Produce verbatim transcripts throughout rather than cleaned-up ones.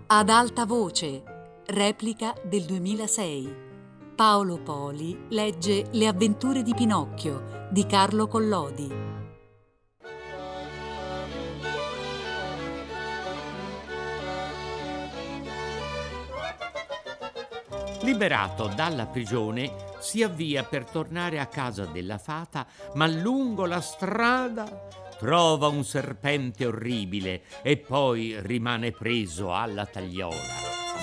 Ad alta voce, replica del duemilasei. Paolo Poli legge Le avventure di Pinocchio di Carlo Collodi. Liberato dalla prigione, si avvia per tornare a casa della fata, ma lungo la strada trova un serpente orribile e poi rimane preso alla tagliola.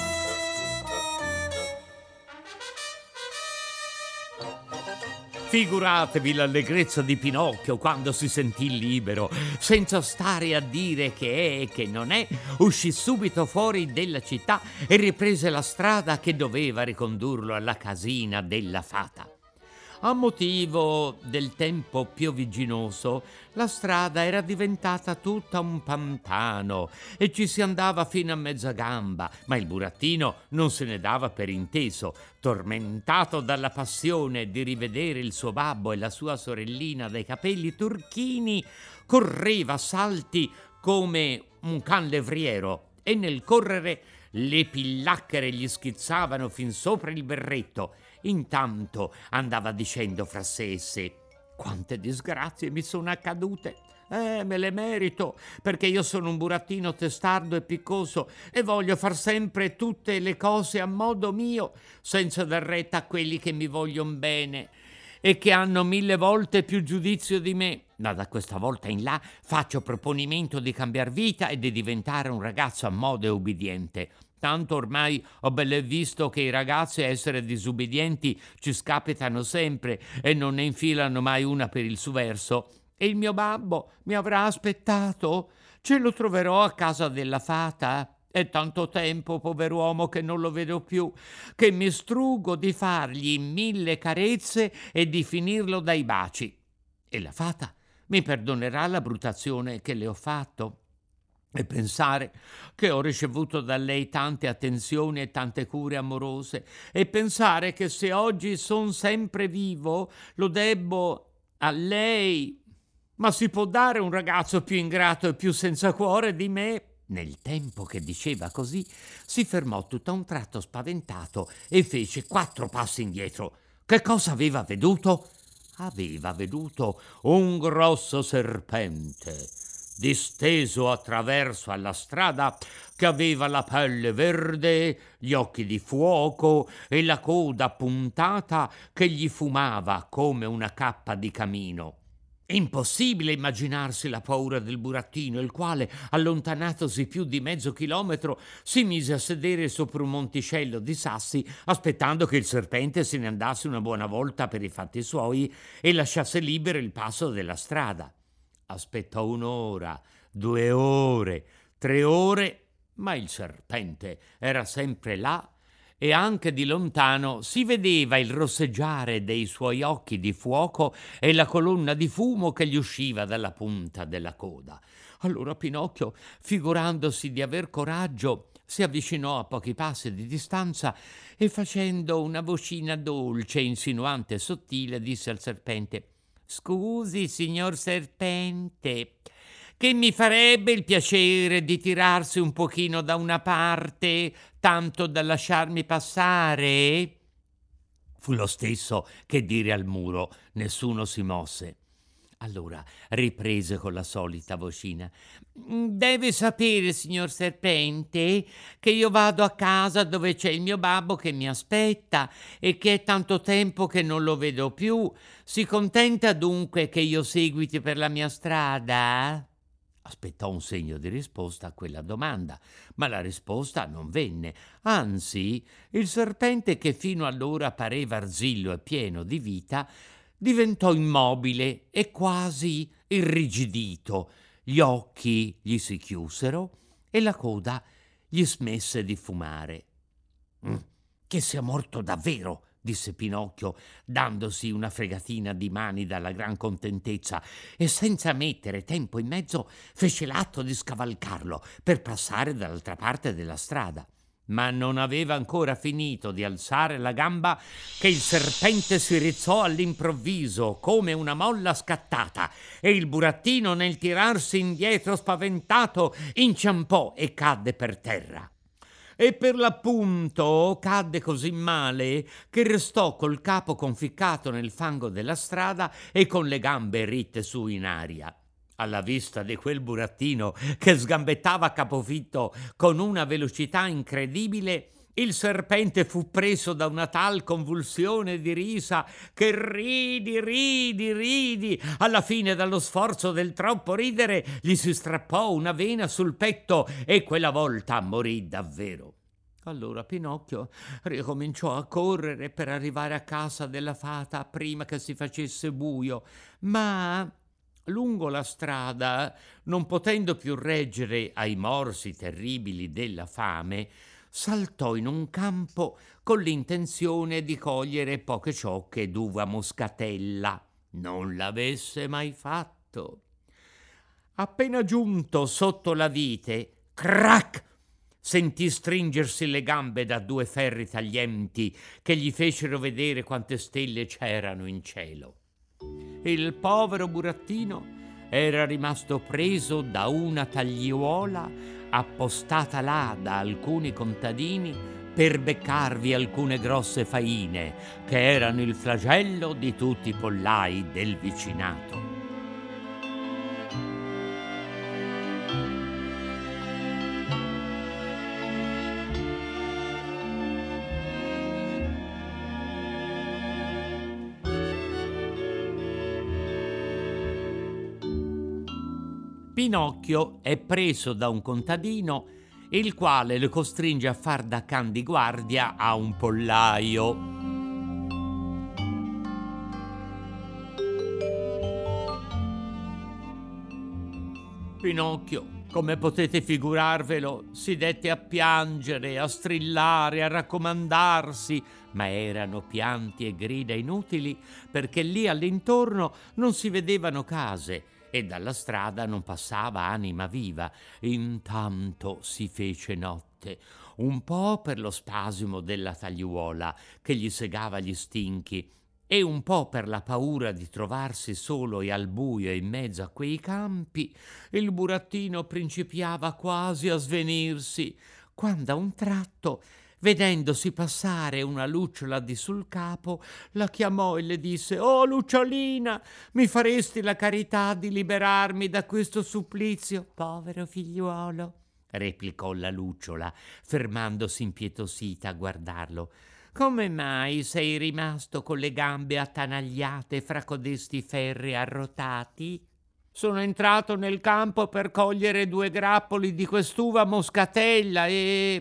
Figuratevi l'allegrezza di Pinocchio quando si sentì libero, senza stare a dire che è e che non è, uscì subito fuori della città e riprese la strada che doveva ricondurlo alla casina della fata. A motivo del tempo piovigginoso, la strada era diventata tutta un pantano e ci si andava fino a mezza gamba, ma il burattino non se ne dava per inteso. Tormentato dalla passione di rivedere il suo babbo e la sua sorellina dai capelli turchini, correva a salti come un can levriero e nel correre le pillacchere gli schizzavano fin sopra il berretto. Intanto andava dicendo fra sé e sé: quante disgrazie mi sono accadute! Eh, me le merito, perché io sono un burattino testardo e piccoso e voglio far sempre tutte le cose a modo mio, senza dar retta a quelli che mi vogliono bene e che hanno mille volte più giudizio di me. Ma da questa volta in là faccio proponimento di cambiar vita e di diventare un ragazzo a modo e ubbidiente. Tanto ormai ho belle visto che i ragazzi a essere disubbidienti ci scapitano sempre e non ne infilano mai una per il suo verso. E il mio babbo mi avrà aspettato? Ce lo troverò a casa della fata? È tanto tempo, pover'uomo, che non lo vedo più, che mi struggo di fargli mille carezze e di finirlo dai baci. E la fata mi perdonerà la brutazione che le ho fatto? E pensare che ho ricevuto da lei tante attenzioni e tante cure amorose, e pensare che se oggi son sempre vivo lo debbo a lei. Ma si può dare un ragazzo più ingrato e più senza cuore di me? Nel tempo che diceva così, si fermò tutto a un tratto spaventato e fece quattro passi indietro. Che cosa aveva veduto? Aveva veduto un grosso serpente disteso attraverso alla strada, che aveva la pelle verde, gli occhi di fuoco e la coda puntata che gli fumava come una cappa di camino. Impossibile immaginarsi la paura del burattino, il quale, allontanatosi più di mezzo chilometro, si mise a sedere sopra un monticello di sassi, aspettando che il serpente se ne andasse una buona volta per i fatti suoi e lasciasse libero il passo della strada. Aspettò un'ora, due ore, tre ore, ma il serpente era sempre là e anche di lontano si vedeva il rosseggiare dei suoi occhi di fuoco e la colonna di fumo che gli usciva dalla punta della coda. Allora Pinocchio, figurandosi di aver coraggio, si avvicinò a pochi passi di distanza e facendo una vocina dolce, insinuante e sottile, disse al serpente: «Scusi, signor serpente, che mi farebbe il piacere di tirarsi un pochino da una parte, tanto da lasciarmi passare?» Fu lo stesso che dire al muro, nessuno si mosse. Allora riprese con la solita vocina: «Deve sapere, signor serpente, che io vado a casa dove c'è il mio babbo che mi aspetta e che è tanto tempo che non lo vedo più. Si contenta dunque che io seguiti per la mia strada?» Aspettò un segno di risposta a quella domanda, ma la risposta non venne. Anzi, il serpente, che fino allora pareva arzillo e pieno di vita, diventò immobile e quasi irrigidito. Gli occhi gli si chiusero e la coda gli smesse di fumare. Mm, «Che sia morto davvero!» disse Pinocchio, dandosi una fregatina di mani dalla gran contentezza, e senza mettere tempo in mezzo fece l'atto di scavalcarlo per passare dall'altra parte della strada. Ma non aveva ancora finito di alzare la gamba che il serpente si rizzò all'improvviso come una molla scattata e il burattino, nel tirarsi indietro spaventato, inciampò e cadde per terra. e per l'appunto cadde così male che restò col capo conficcato nel fango della strada e con le gambe ritte su in aria. Alla vista di quel burattino che sgambettava a capofitto con una velocità incredibile, il serpente fu preso da una tal convulsione di risa che ridi, ridi, ridi. Alla fine, dallo sforzo del troppo ridere, gli si strappò una vena sul petto e quella volta morì davvero. Allora Pinocchio ricominciò a correre per arrivare a casa della fata prima che si facesse buio, ma lungo la strada, non potendo più reggere ai morsi terribili della fame, saltò in un campo con l'intenzione di cogliere poche ciocche d'uva moscatella. Non l'avesse mai fatto. Appena giunto sotto la vite, crac! Sentì stringersi le gambe da due ferri taglienti che gli fecero vedere quante stelle c'erano in cielo. Il povero burattino era rimasto preso da una tagliuola appostata là da alcuni contadini per beccarvi alcune grosse faine che erano il flagello di tutti i pollai del vicinato. Pinocchio è preso da un contadino, il quale lo costringe a far da can di guardia a un pollaio. Pinocchio, come potete figurarvelo, si dette a piangere, a strillare, a raccomandarsi, ma erano pianti e grida inutili perché lì all'intorno non si vedevano case e dalla strada non passava anima viva. Intanto si fece notte, un po' per lo spasimo della tagliuola che gli segava gli stinchi e un po' per la paura di trovarsi solo e al buio in mezzo a quei campi. Il burattino principiava quasi a svenirsi, quando a un tratto, vedendosi passare una lucciola di sul capo, la chiamò e le disse: «Oh, lucciolina, mi faresti la carità di liberarmi da questo supplizio?» «Povero figliuolo», replicò la lucciola, fermandosi impietosita a guardarlo, «come mai sei rimasto con le gambe attanagliate fra codesti ferri arrotati?» «Sono entrato nel campo per cogliere due grappoli di quest'uva moscatella e...»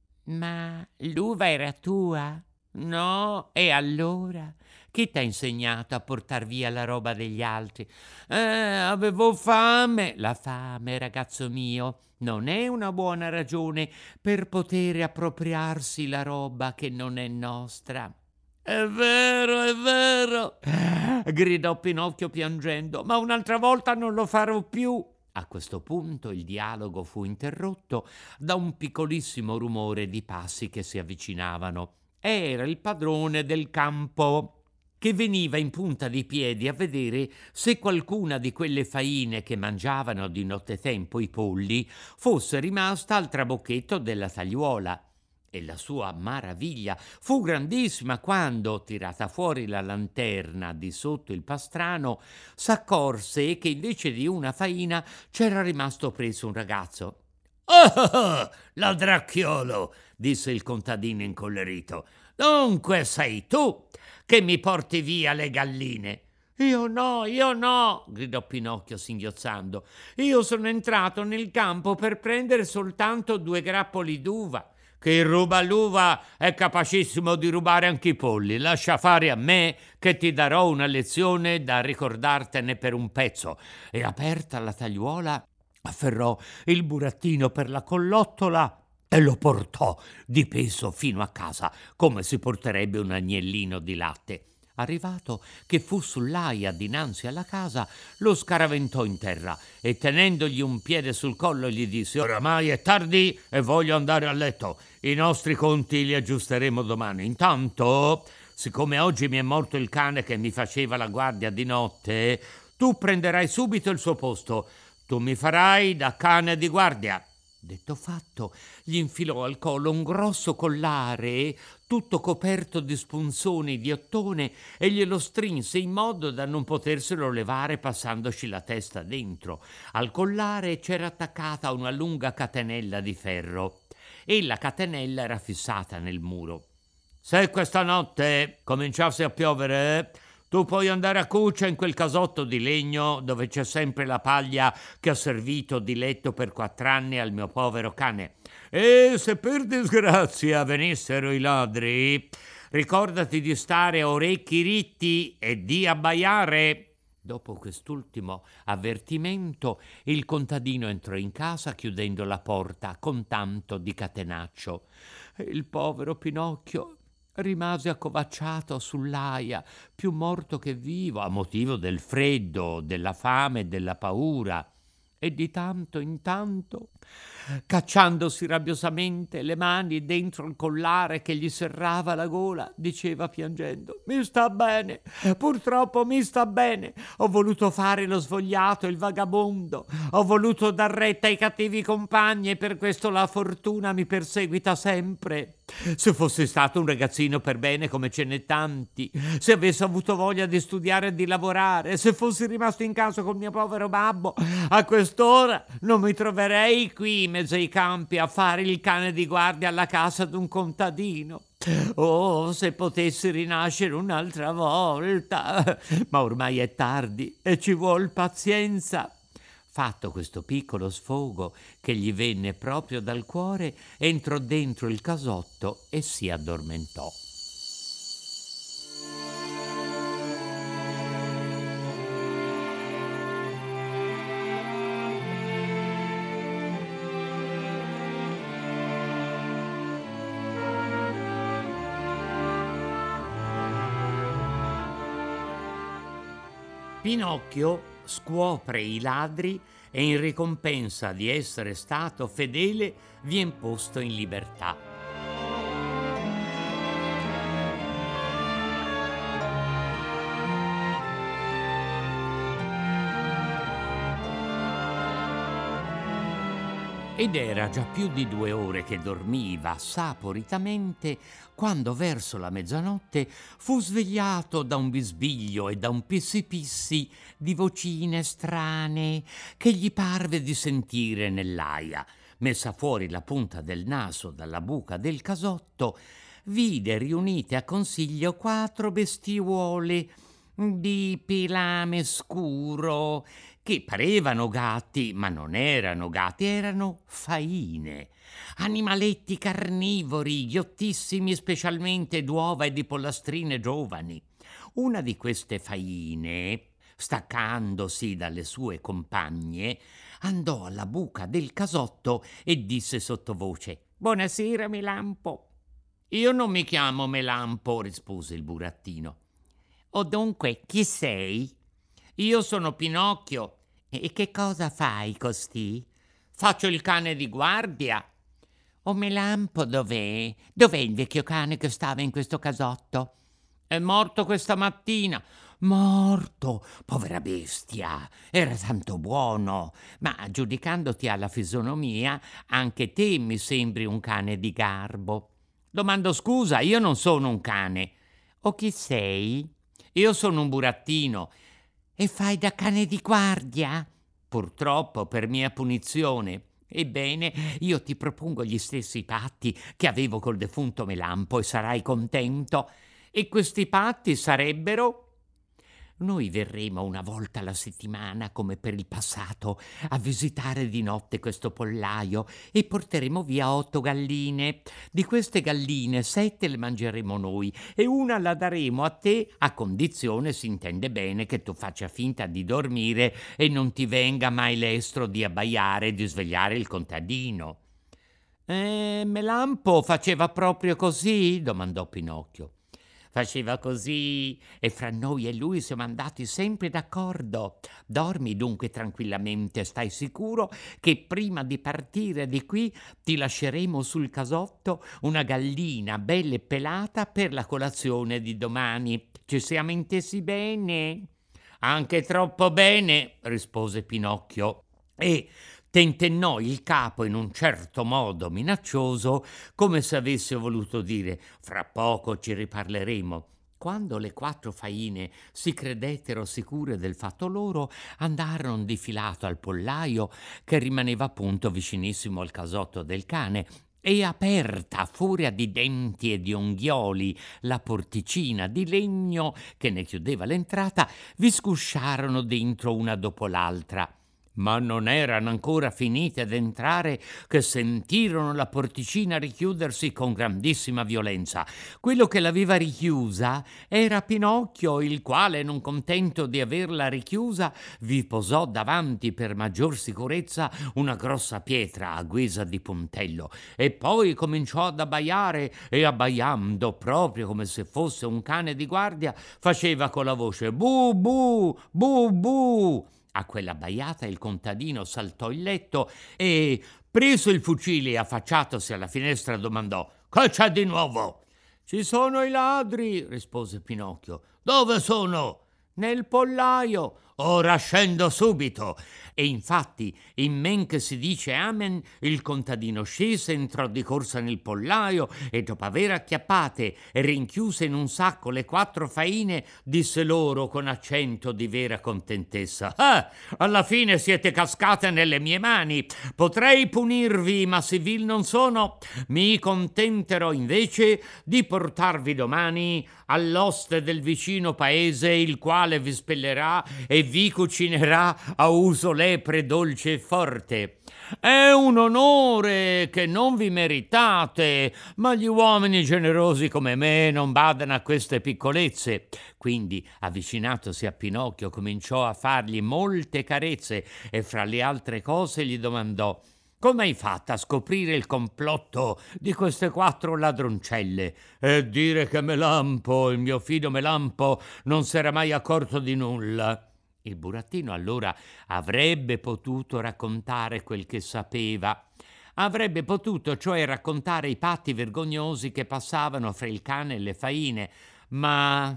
«Ma l'uva era tua?» «No, e allora? Chi t'ha insegnato a portar via la roba degli altri?» «Eh, avevo fame.» «La fame, ragazzo mio, non è una buona ragione per poter appropriarsi la roba che non è nostra.» «È vero, è vero!» gridò Pinocchio piangendo, «ma un'altra volta non lo farò più.» A questo punto il dialogo fu interrotto da un piccolissimo rumore di passi che si avvicinavano. Era il padrone del campo, che veniva in punta di piedi a vedere se qualcuna di quelle faine che mangiavano di nottetempo i polli fosse rimasta al trabocchetto della tagliuola. E la sua maraviglia fu grandissima quando, tirata fuori la lanterna di sotto il pastrano, s'accorse che invece di una faina c'era rimasto preso un ragazzo. «Oh, ladracchiolo!» disse il contadino incollerito. «Dunque sei tu che mi porti via le galline?» «Io no, io no!» gridò Pinocchio singhiozzando. «Io sono entrato nel campo per prendere soltanto due grappoli d'uva.» «Chi ruba l'uva è capacissimo di rubare anche i polli. Lascia fare a me che ti darò una lezione da ricordartene per un pezzo.» E aperta la tagliuola, afferrò il burattino per la collottola e lo portò di peso fino a casa, come si porterebbe un agnellino di latte. Arrivato che fu sull'aia dinanzi alla casa, lo scaraventò in terra e tenendogli un piede sul collo gli disse: «Oramai è tardi e voglio andare a letto. I nostri conti li aggiusteremo domani. Intanto, siccome oggi mi è morto il cane che mi faceva la guardia di notte, tu prenderai subito il suo posto. Tu mi farai da cane di guardia.» Detto fatto, gli infilò al collo un grosso collare, tutto coperto di spunzoni di ottone, e glielo strinse in modo da non poterselo levare passandoci la testa dentro. Al collare c'era attaccata una lunga catenella di ferro e la catenella era fissata nel muro. Se questa notte cominciasse a piovere, tu puoi andare a cuccia in quel casotto di legno dove c'è sempre la paglia che ha servito di letto per quattr'anni al mio povero cane. E se per disgrazia venissero i ladri, ricordati di stare a orecchi ritti e di abbaiare. Dopo quest'ultimo avvertimento, il contadino entrò in casa chiudendo la porta con tanto di catenaccio. Il povero Pinocchio rimase accovacciato sull'aia, più morto che vivo, a motivo del freddo, della fame e della paura. E di tanto in tanto, cacciandosi rabbiosamente le mani dentro il collare che gli serrava la gola, diceva piangendo: «Mi sta bene, purtroppo mi sta bene. Ho voluto fare lo svogliato, il vagabondo. Ho voluto dar retta ai cattivi compagni e per questo la fortuna mi perseguita sempre. Se fossi stato un ragazzino per bene come ce n'è tanti, se avessi avuto voglia di studiare e di lavorare, se fossi rimasto in casa col mio povero babbo, a quest'ora non mi troverei qui in mezzo ai campi a fare il cane di guardia alla casa d'un contadino. Oh, se potessi rinascere un'altra volta! Ma ormai è tardi e ci vuol pazienza». Fatto questo piccolo sfogo che gli venne proprio dal cuore, entrò dentro il casotto e si addormentò. Pinocchio scuopre i ladri e in ricompensa di essere stato fedele vien posto in libertà. Ed era già più di due ore che dormiva saporitamente quando verso la mezzanotte fu svegliato da un bisbiglio e da un pissi-pissi di vocine strane che gli parve di sentire nell'aia. Messa fuori la punta del naso dalla buca del casotto, vide riunite a consiglio quattro bestiuole di pilame scuro che parevano gatti, ma non erano gatti, erano faine, animaletti carnivori, ghiottissimi specialmente d'uova e di pollastrine giovani. Una di queste faine, staccandosi dalle sue compagne, andò alla buca del casotto e disse sottovoce: «Buonasera, Melampo». «Io non mi chiamo Melampo», rispose il burattino. «O dunque, chi sei?» «Io sono Pinocchio». «E che cosa fai costì?» «Faccio il cane di guardia». «O Melampo dov'è? Dov'è il vecchio cane che stava in questo casotto?» «È morto questa mattina». «Morto? Povera bestia, era tanto buono. Ma giudicandoti alla fisonomia, anche te mi sembri un cane di garbo». «Domando scusa, io non sono un cane». «O chi sei?» «Io sono un burattino». «E fai da cane di guardia?» «Purtroppo, per mia punizione». «Ebbene, io ti propongo gli stessi patti che avevo col defunto Melampo e sarai contento». «E questi patti sarebbero?» «Noi verremo una volta alla settimana, come per il passato, a visitare di notte questo pollaio e porteremo via otto galline. Di queste galline sette le mangeremo noi e una la daremo a te, a condizione, si intende bene, che tu faccia finta di dormire e non ti venga mai lestro di abbaiare e di svegliare il contadino». «Eh, Melampo faceva proprio così?» domandò Pinocchio. «Faceva così e fra noi e lui siamo andati sempre d'accordo. Dormi dunque tranquillamente, stai sicuro che prima di partire di qui ti lasceremo sul casotto una gallina bella e pelata per la colazione di domani. Ci siamo intesi bene?» «Anche troppo bene», rispose Pinocchio. E tentennò il capo in un certo modo minaccioso, come se avesse voluto dire: «Fra poco ci riparleremo». Quando le quattro faine si credettero sicure del fatto loro, andarono di filato al pollaio, che rimaneva appunto vicinissimo al casotto del cane, e aperta a furia di denti e di unghioli la porticina di legno che ne chiudeva l'entrata, vi scusciarono dentro una dopo l'altra. Ma non erano ancora finite ad entrare che sentirono la porticina richiudersi con grandissima violenza. Quello che l'aveva richiusa era Pinocchio, il quale, non contento di averla richiusa, vi posò davanti per maggior sicurezza una grossa pietra a guisa di puntello, e poi cominciò ad abbaiare, e abbaiando proprio come se fosse un cane di guardia, faceva con la voce: «Bu bu, bu bu». A quella baiata il contadino saltò il letto e, preso il fucile e affacciatosi alla finestra, domandò: «Che c'è di nuovo?» «Ci sono i ladri», rispose Pinocchio. «Dove sono?» «Nel pollaio». «Ora scendo subito». E infatti, in men che si dice amen, il contadino scese, entrò di corsa nel pollaio e, dopo aver acchiappate e rinchiuse in un sacco le quattro faine, disse loro con accento di vera contentezza: «Ah, alla fine siete cascate nelle mie mani. Potrei punirvi, ma si vil non sono. Mi contenterò invece di portarvi domani all'oste del vicino paese, il quale vi spellerà e vi cucinerà a uso lepre dolce e forte. È un onore che non vi meritate, ma gli uomini generosi come me non badano a queste piccolezze». Quindi, avvicinatosi a Pinocchio, cominciò a fargli molte carezze e, fra le altre cose, gli domandò: «Come hai fatto a scoprire il complotto di queste quattro ladroncelle?» «E dire che Melampo, il mio fido Melampo, non s'era mai accorto di nulla». Il burattino allora avrebbe potuto raccontare quel che sapeva. Avrebbe potuto, cioè, raccontare i patti vergognosi che passavano fra il cane e le faine, ma,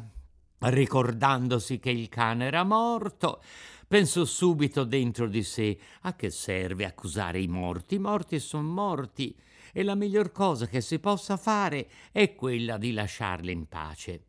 ricordandosi che il cane era morto, pensò subito dentro di sé: a che serve accusare i morti? I morti sono morti, e la miglior cosa che si possa fare è quella di lasciarli in pace.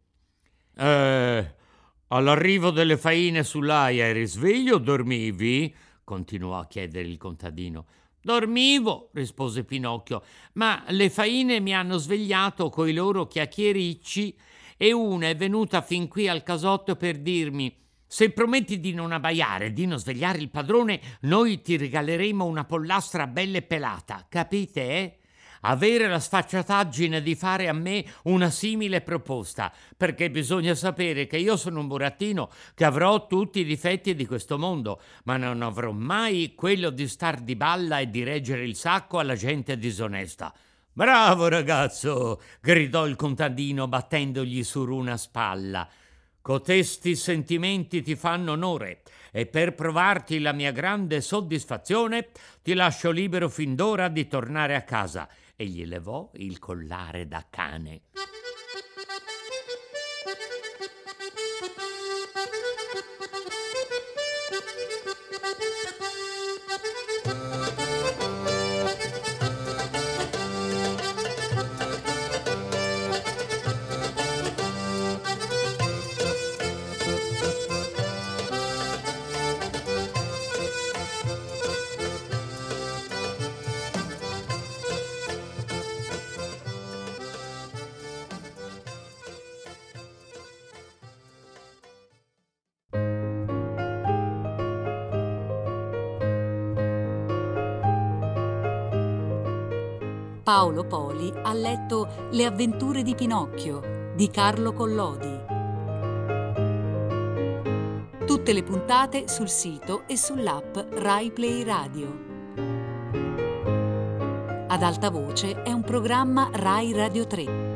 Eh... «All'arrivo delle faine sull'aia eri sveglio o dormivi?» continuò a chiedere il contadino. «Dormivo», rispose Pinocchio, «ma le faine mi hanno svegliato coi loro chiacchiericci, e una è venuta fin qui al casotto per dirmi: se prometti di non abbaiare, di non svegliare il padrone, noi ti regaleremo una pollastra bella e pelata. Capite, eh? Avere la sfacciataggine di fare a me una simile proposta, perché bisogna sapere che io sono un burattino che avrò tutti i difetti di questo mondo, ma non avrò mai quello di star di balla e di reggere il sacco alla gente disonesta». «Bravo ragazzo!» gridò il contadino battendogli su una spalla. «Cotesti sentimenti ti fanno onore, e per provarti la mia grande soddisfazione ti lascio libero fin d'ora di tornare a casa». E gli levò il collare da cane. Paolo Poli ha letto Le avventure di Pinocchio di Carlo Collodi. Tutte le puntate sul sito e sull'app Rai Play Radio. Ad alta voce è un programma Rai Radio tre.